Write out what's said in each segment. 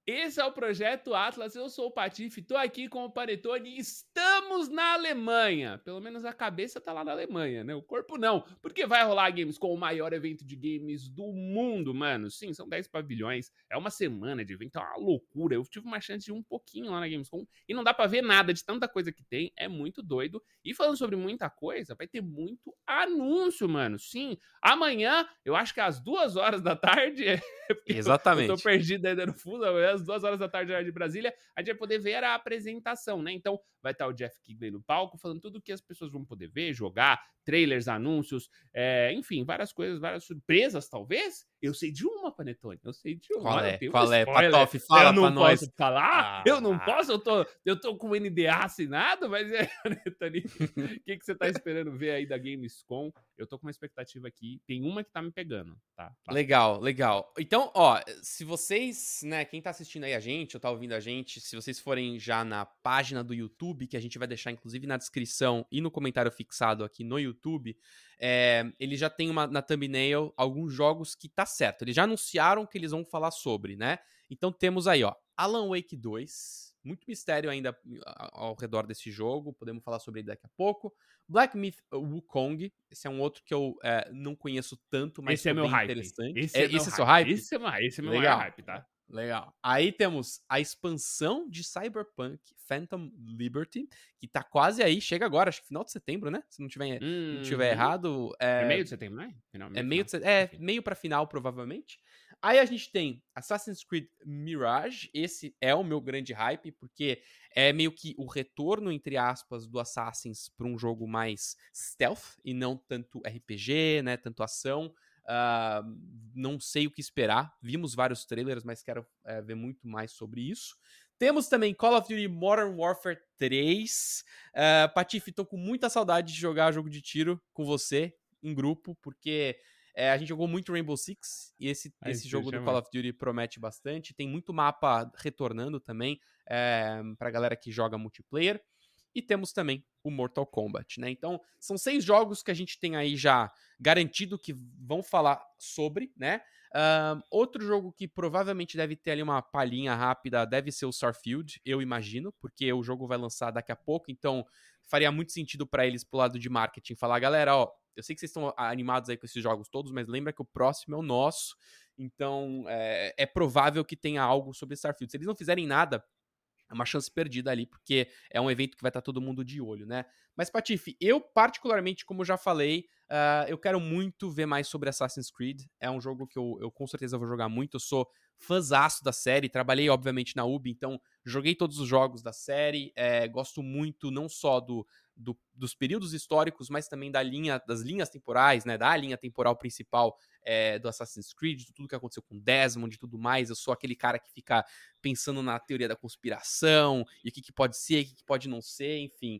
Esse é o Projeto Atlas, eu sou o Patife, tô aqui com o Panetone e estamos na Alemanha. Pelo menos a cabeça tá lá na Alemanha, né? O corpo não, porque vai rolar a Gamescom, o maior evento de games do mundo, mano. Sim, são 10 pavilhões, é uma semana de evento, é uma loucura. Eu tive uma chance de ir um pouquinho lá na Gamescom e não dá pra ver nada de tanta coisa que tem, é muito doido. E falando sobre muita coisa, vai ter muito anúncio, mano. Sim, amanhã, eu acho que às 2 horas da tarde, eu tô Exatamente. perdido ainda no fundo, às 2 horas da tarde de Brasília, a gente vai poder ver a apresentação, né? Então, vai estar o Jeff Keighley no palco, falando tudo que as pessoas vão poder ver, jogar, trailers, anúncios, enfim, várias coisas, várias surpresas, talvez. Eu sei de uma, Panetone, eu sei de uma. Qual Olha, eu é? tenho um Qual é? spoiler. Patof, Eu fala pra não nós. posso falar? Eu não Ah. posso? Eu tô com o NDA assinado, mas Panetone, o que você tá esperando ver aí da Gamescom? Eu tô com uma expectativa aqui. Tem uma que tá me pegando, tá? Bastante. Legal, legal. Então, ó, se vocês, né, quem tá assistindo aí a gente ou tá ouvindo a gente, se vocês forem já na página do YouTube, que a gente vai deixar inclusive na descrição e no comentário fixado aqui no YouTube, ele já tem na thumbnail alguns jogos que tá certo. Eles já anunciaram que eles vão falar sobre, né? Então temos aí, ó, Alan Wake 2, muito mistério ainda ao redor desse jogo, podemos falar sobre ele daqui a pouco. Black Myth Wukong, esse é um outro que eu não conheço tanto, mas Esse é tô meu bem hype. interessante. Esse é meu Esse é seu hype. hype? Esse é meu maior Legal, hype, tá? legal. Aí temos a expansão de Cyberpunk Phantom Liberty, que tá quase aí, chega agora, acho que final de setembro, né? Se não tiver Uhum. errado. É meio de setembro, né? Final, É meio meio, final. Enfim. meio pra final, provavelmente. Aí a gente tem Assassin's Creed Mirage. Esse é o meu grande hype, porque é meio que o retorno, entre aspas, do Assassin's pra um jogo mais stealth e não tanto RPG, né? Tanto ação. Ah, não sei o que esperar. Vimos vários trailers, mas quero ver muito mais sobre isso. Temos também Call of Duty Modern Warfare 3. Patife, tô com muita saudade de jogar jogo de tiro com você em grupo, porque a gente jogou muito Rainbow Six e Aí esse você jogo do Call chama. of Duty promete bastante. Tem muito mapa retornando também pra galera que joga multiplayer. E temos também o Mortal Kombat, né? Então, são 6 jogos que a gente tem aí já garantido que vão falar sobre, né? Outro jogo que provavelmente deve ter ali uma palhinha rápida deve ser o Starfield, eu imagino, porque o jogo vai lançar daqui a pouco, então faria muito sentido para eles pro lado de marketing falar, galera, ó, eu sei que vocês estão animados aí com esses jogos todos, mas lembra que o próximo é o nosso, então é provável que tenha algo sobre Starfield. Se eles não fizerem nada, é uma chance perdida ali, porque é um evento que vai estar todo mundo de olho, né? Mas, Patife, eu particularmente, como já falei, eu quero muito ver mais sobre Assassin's Creed. É um jogo que eu com certeza vou jogar muito. Eu sou fãzaço da série, trabalhei, obviamente, na Ubi, então joguei todos os jogos da série. Gosto muito não só dos períodos históricos, mas também das linhas temporais, né? Da linha temporal principal do Assassin's Creed, de tudo que aconteceu com Desmond e tudo mais. Eu sou aquele cara que fica pensando na teoria da conspiração e o que pode ser, o que pode não ser, enfim.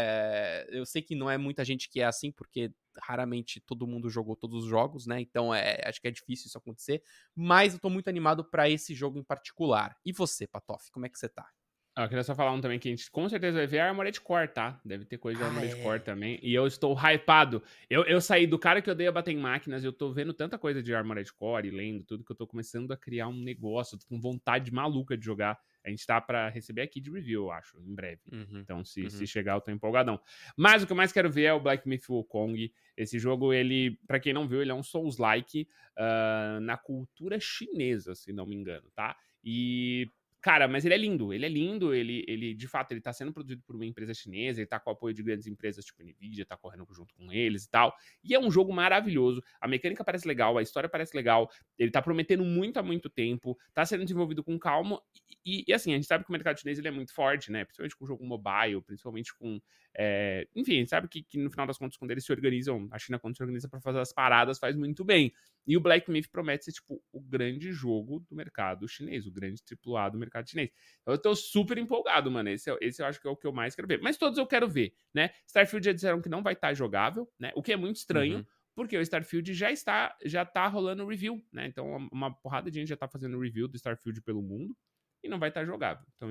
Eu sei que não é muita gente que é assim, porque raramente todo mundo jogou todos os jogos, né? Então acho que é difícil isso acontecer. Mas eu tô muito animado pra esse jogo em particular. E você, Patof, como é que você tá? Eu queria só falar um também que a gente com certeza vai ver a Armored Core, tá? Deve ter coisa de Ah, Armored Core é. também. E eu estou hypado. Eu saí do cara que odeia bater em máquinas, eu tô vendo tanta coisa de Armored Core e lendo tudo que eu tô começando a criar um negócio, tô com vontade maluca de jogar. A gente tá pra receber aqui de review, eu acho, em breve. Uhum, Então, se uhum. chegar, eu tô empolgadão. Mas o que eu mais quero ver é o Black Myth Wukong. Esse jogo, ele, pra quem não viu, ele é um Souls-like na cultura chinesa, se não me engano, tá? E cara, mas ele é lindo, ele de fato, ele tá sendo produzido por uma empresa chinesa, ele tá com o apoio de grandes empresas tipo Nvidia, tá correndo junto com eles e tal, e é um jogo maravilhoso, a mecânica parece legal, a história parece legal, ele tá prometendo muito há muito tempo, tá sendo desenvolvido com calma, e assim, a gente sabe que o mercado chinês ele é muito forte, né, principalmente com o jogo mobile, principalmente com, enfim, a gente sabe que no final das contas, quando eles se organizam, a China quando se organiza pra fazer as paradas, faz muito bem, e o Black Myth promete ser, tipo, o grande jogo do mercado chinês, o grande AAA do mercado chinês. Então eu tô super empolgado, mano. Esse eu acho que é o que eu mais quero ver. Mas todos eu quero ver, né? Starfield já disseram que não vai estar jogável, né? O que é muito estranho, Uhum. porque o Starfield já tá rolando review, né? Então uma porrada de gente já tá fazendo review do Starfield pelo mundo e não vai estar jogável. Então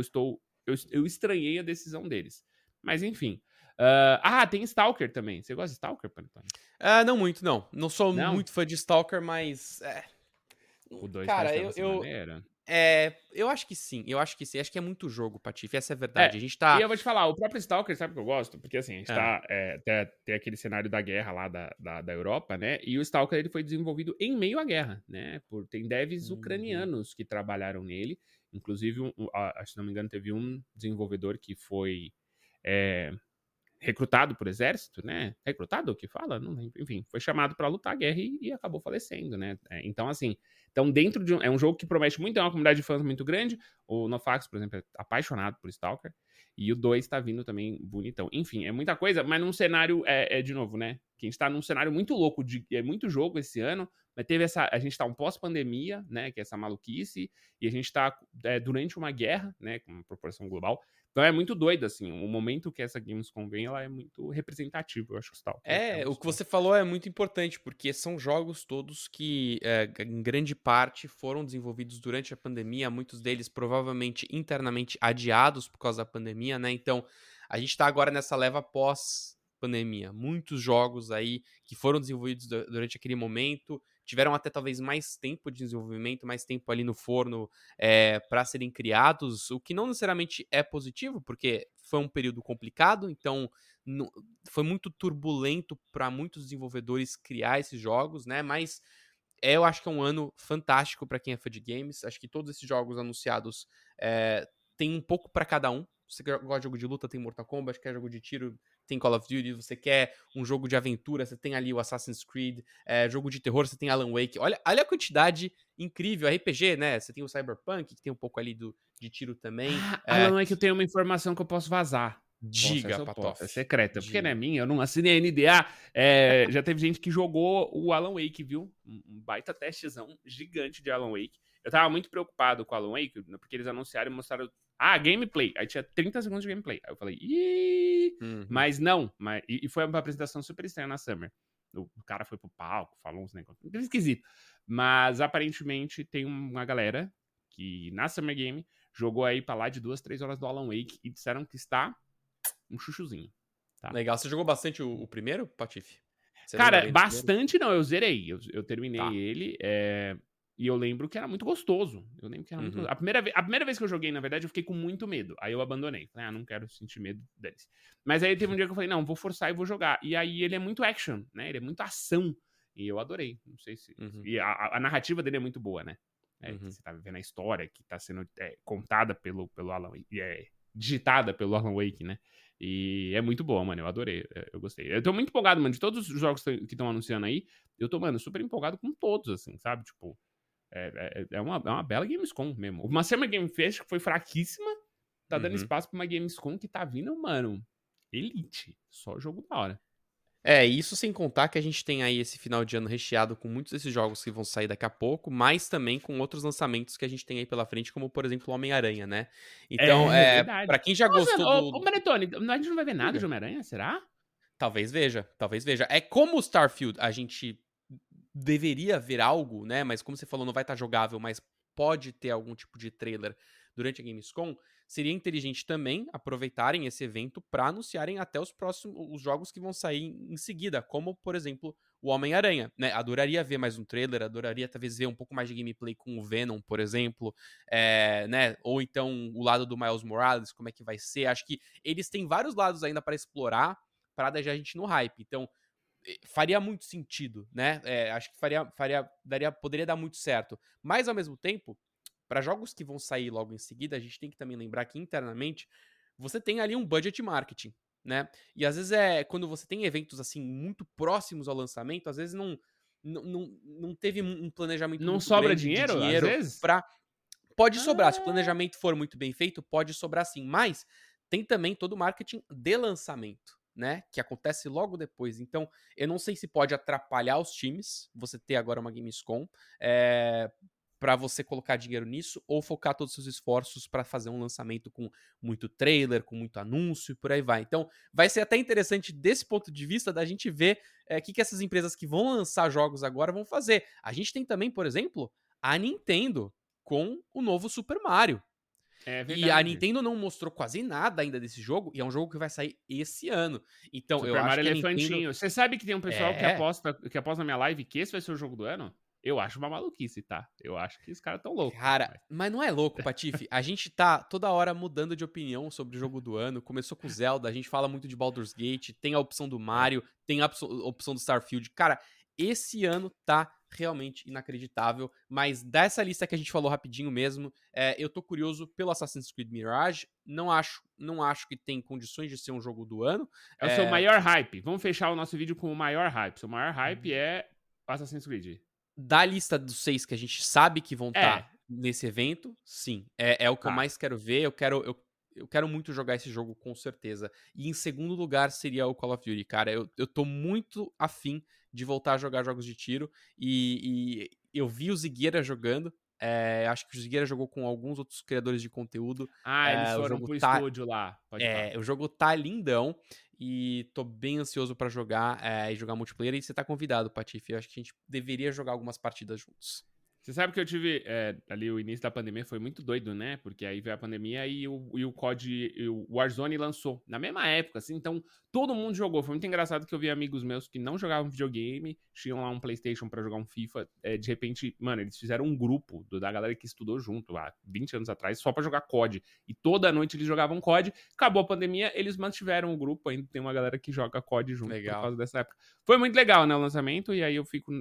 eu estranhei a decisão deles. Mas enfim. Tem Stalker também. Você gosta de Stalker, Panetone? Não muito, não. Não sou Não? muito fã de Stalker, mas. O 2 parece Cara, que deve ser maneiro. Eu acho que sim, eu acho que sim. Acho que é muito jogo, Patife, essa é a É, verdade. A gente e tá... eu vou te falar, o próprio Stalker, sabe o que eu gosto? Porque assim, a gente Hã. tá, tem aquele cenário da guerra lá da Europa, né? E o Stalker ele foi desenvolvido em meio à guerra, né? Tem devs Uhum. ucranianos que trabalharam nele. Inclusive, se não me engano, teve um desenvolvedor que foi é, recrutado por exército, né? Recrutado, o que fala? Não lembro. Enfim, foi chamado para lutar a guerra e acabou falecendo, né? Então, assim, dentro de é um jogo que promete muito, é uma comunidade de fãs muito grande. O Nofax, por exemplo, é apaixonado por Stalker. E o 2 tá vindo também bonitão. Enfim, é muita coisa, mas num cenário, de novo, né? Que a gente tá num cenário muito louco, é muito jogo esse ano, mas teve a gente tá um pós-pandemia, né? Que é essa maluquice, e a gente tá durante uma guerra, né? Com uma proporção global. Então é muito doido, assim, o momento que essa Gamescom vem, ela é muito representativa, eu acho, o Stalker. É um O dos que você pontos. falou é muito importante, porque são jogos todos que, em grande parte, foram desenvolvidos durante a pandemia, muitos deles provavelmente internamente adiados por causa da pandemia, né? Então, a gente tá agora nessa leva pós-pandemia. Muitos jogos aí que foram desenvolvidos durante aquele momento tiveram até talvez mais tempo de desenvolvimento, mais tempo ali no forno para serem criados, o que não necessariamente é positivo, porque foi um período complicado, então foi muito turbulento para muitos desenvolvedores criar esses jogos, né? Mas eu acho que é um ano fantástico para quem é fã de games. Acho que todos esses jogos anunciados tem um pouco para cada um. Você gosta de jogo de luta, tem Mortal Kombat, quer jogo de tiro, tem Call of Duty, você quer um jogo de aventura, você tem ali o Assassin's Creed, jogo de terror, você tem Alan Wake. Olha a quantidade incrível, RPG, né? Você tem o Cyberpunk, que tem um pouco ali de tiro também. Ah, Alan, é que eu tenho uma informação que eu posso vazar. Posso, Diga, essa eu posso, é Patof, secreta, porque não é diga. minha, eu não assinei a NDA. Já teve gente que jogou o Alan Wake, viu? Um baita testezão gigante de Alan Wake. Eu tava muito preocupado com o Alan Wake, porque eles anunciaram e mostraram. Ah, gameplay. Aí tinha 30 segundos de gameplay. Aí eu falei, ih! Uhum. Mas não. E foi uma apresentação super estranha na Summer. O cara foi pro palco, falou uns negócios. Esquisito. Mas aparentemente tem uma galera que na Summer Game jogou aí pra lá de 2, 3 horas do Alan Wake e disseram que está um chuchuzinho, tá? Legal. Você jogou bastante o primeiro, Patife? Você lembra Cara, bem do primeiro? bastante não, eu zerei. Eu terminei Tá. ele, e eu lembro que era muito gostoso. Eu lembro que era muito Uhum. gostoso. A primeira vez que eu joguei, na verdade, eu fiquei com muito medo. Aí eu abandonei. Falei, não quero sentir medo deles. Mas aí teve um dia que eu falei, não, vou forçar e vou jogar. E aí ele é muito action, né? Ele é muito ação. E eu adorei. Não sei se. Uhum. E a narrativa dele é muito boa, né? Que Uhum. você tá vivendo a história que tá sendo contada pelo Alan Wake. Digitada pelo Alan Wake, né? E é muito boa, mano. Eu adorei. Eu gostei. Eu tô muito empolgado, mano. De todos os jogos que estão anunciando aí, eu tô, mano, super empolgado com todos, assim, sabe? Tipo, é uma bela Gamescom mesmo. Uma Summer Game Fest que foi fraquíssima, tá dando Uhum. espaço pra uma Gamescom que tá vindo, mano, elite. Só jogo da hora. Isso sem contar que a gente tem aí esse final de ano recheado com muitos desses jogos que vão sair daqui a pouco, mas também com outros lançamentos que a gente tem aí pela frente, como por exemplo o Homem-Aranha, né? Então, É verdade. para quem já Nossa, gostou ô Panetone, a gente não vai ver nada de Diga. Homem-Aranha, será? Talvez veja, talvez veja. É como o Starfield, a gente deveria ver algo, né? Mas como você falou, não vai estar jogável, mas pode ter algum tipo de trailer durante a Gamescom. Seria inteligente também aproveitarem esse evento para anunciarem até os jogos que vão sair em seguida, como por exemplo o Homem-Aranha, né? Adoraria ver mais um trailer, adoraria talvez ver um pouco mais de gameplay com o Venom, por exemplo, né? Ou então o lado do Miles Morales, como é que vai ser? Acho que eles têm vários lados ainda para explorar para deixar a gente no hype. Então faria muito sentido, né? Acho que poderia dar muito certo. Mas ao mesmo tempo, para jogos que vão sair logo em seguida, a gente tem que também lembrar que internamente você tem ali um budget marketing, né? E às vezes quando você tem eventos assim muito próximos ao lançamento, às vezes não teve um planejamento Não muito sobra grande de dinheiro, às dinheiro vezes? para pode sobrar, se o Ah, planejamento for muito bem feito, pode sobrar sim, mas tem também todo o marketing de lançamento, né, que acontece logo depois. Então, eu não sei se pode atrapalhar os times, você ter agora uma Gamescom, para você colocar dinheiro nisso, ou focar todos os seus esforços para fazer um lançamento com muito trailer, com muito anúncio e por aí vai. Então, vai ser até interessante desse ponto de vista da gente ver o que essas empresas que vão lançar jogos agora vão fazer. A gente tem também, por exemplo, a Nintendo com o novo Super Mario. é E a verdade. Nintendo não mostrou quase nada ainda desse jogo, e é um jogo que vai sair esse ano. Então, eu Super acho Mario que a Nintendo Elefantinho. Você sabe que tem um pessoal é, que aposta na minha live que esse vai ser o jogo do ano? Eu acho uma maluquice, tá? Eu acho que os caras tão loucos. Cara, mas não é louco, Patife? A gente tá toda hora mudando de opinião sobre o jogo do ano. Começou com Zelda, a gente fala muito de Baldur's Gate, tem a opção do Mario, tem a opção do Starfield. Cara, esse ano tá realmente inacreditável. Mas dessa lista que a gente falou rapidinho mesmo, eu tô curioso pelo Assassin's Creed Mirage. Não acho que tem condições de ser um jogo do ano. É o seu maior hype. Vamos fechar o nosso vídeo com o maior hype. Seu maior hype é Assassin's Creed. Da lista dos 6 que a gente sabe que vão estar nesse evento, sim. É o que eu mais quero ver. Eu quero muito jogar esse jogo, com certeza. E em segundo lugar seria o Call of Duty, cara. Eu tô muito afim de voltar a jogar jogos de tiro. E eu vi o Zigueira jogando. Acho que o Zigueira jogou com alguns outros criadores de conteúdo. Eles foram pro estúdio lá. O jogo tá lindão. E tô bem ansioso pra jogar e jogar multiplayer. E você tá convidado, Patife. Eu acho que a gente deveria jogar algumas partidas juntos. Você sabe que eu tive ali o início da pandemia foi muito doido, né? Porque aí veio a pandemia e o COD, o Warzone lançou na mesma época, assim. Então todo mundo jogou. Foi muito engraçado que eu vi amigos meus que não jogavam videogame, tinham lá um PlayStation pra jogar um FIFA. De repente, mano, eles fizeram um grupo da galera que estudou junto há 20 anos atrás só pra jogar COD. E toda noite eles jogavam COD. Acabou a pandemia, eles mantiveram o grupo. Ainda tem uma galera que joga COD junto por causa dessa época. Foi muito legal, né, o lançamento. E aí eu fico...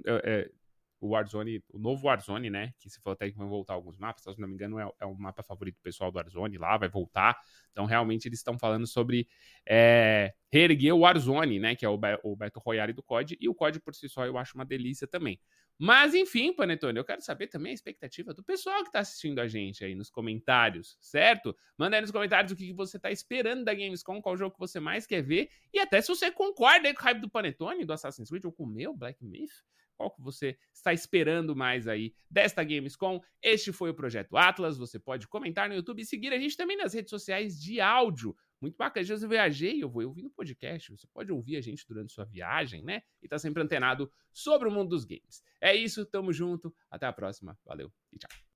o Warzone, o novo Warzone, né? Que se for até que vão voltar alguns mapas, se não me engano, é o mapa favorito do pessoal do Warzone lá, vai voltar. Então, realmente, eles estão falando sobre reerguer o Warzone, né? Que é o Battle Royale do COD. E o COD, por si só, eu acho uma delícia também. Mas, enfim, Panetone, eu quero saber também a expectativa do pessoal que tá assistindo a gente aí nos comentários, certo? Manda aí nos comentários o que você tá esperando da Gamescom, qual jogo que você mais quer ver. E até se você concorda aí com o hype do Panetone, do Assassin's Creed, ou com o meu, Black Myth. Qual que você está esperando mais aí desta Gamescom? Este foi o Projeto Atlas. Você pode comentar no YouTube e seguir a gente também nas redes sociais de áudio. Muito bacana. Às vezes eu viajei, eu vou ouvindo podcast. Você pode ouvir a gente durante sua viagem, né? E tá sempre antenado sobre o mundo dos games. É isso, tamo junto. Até a próxima. Valeu e tchau.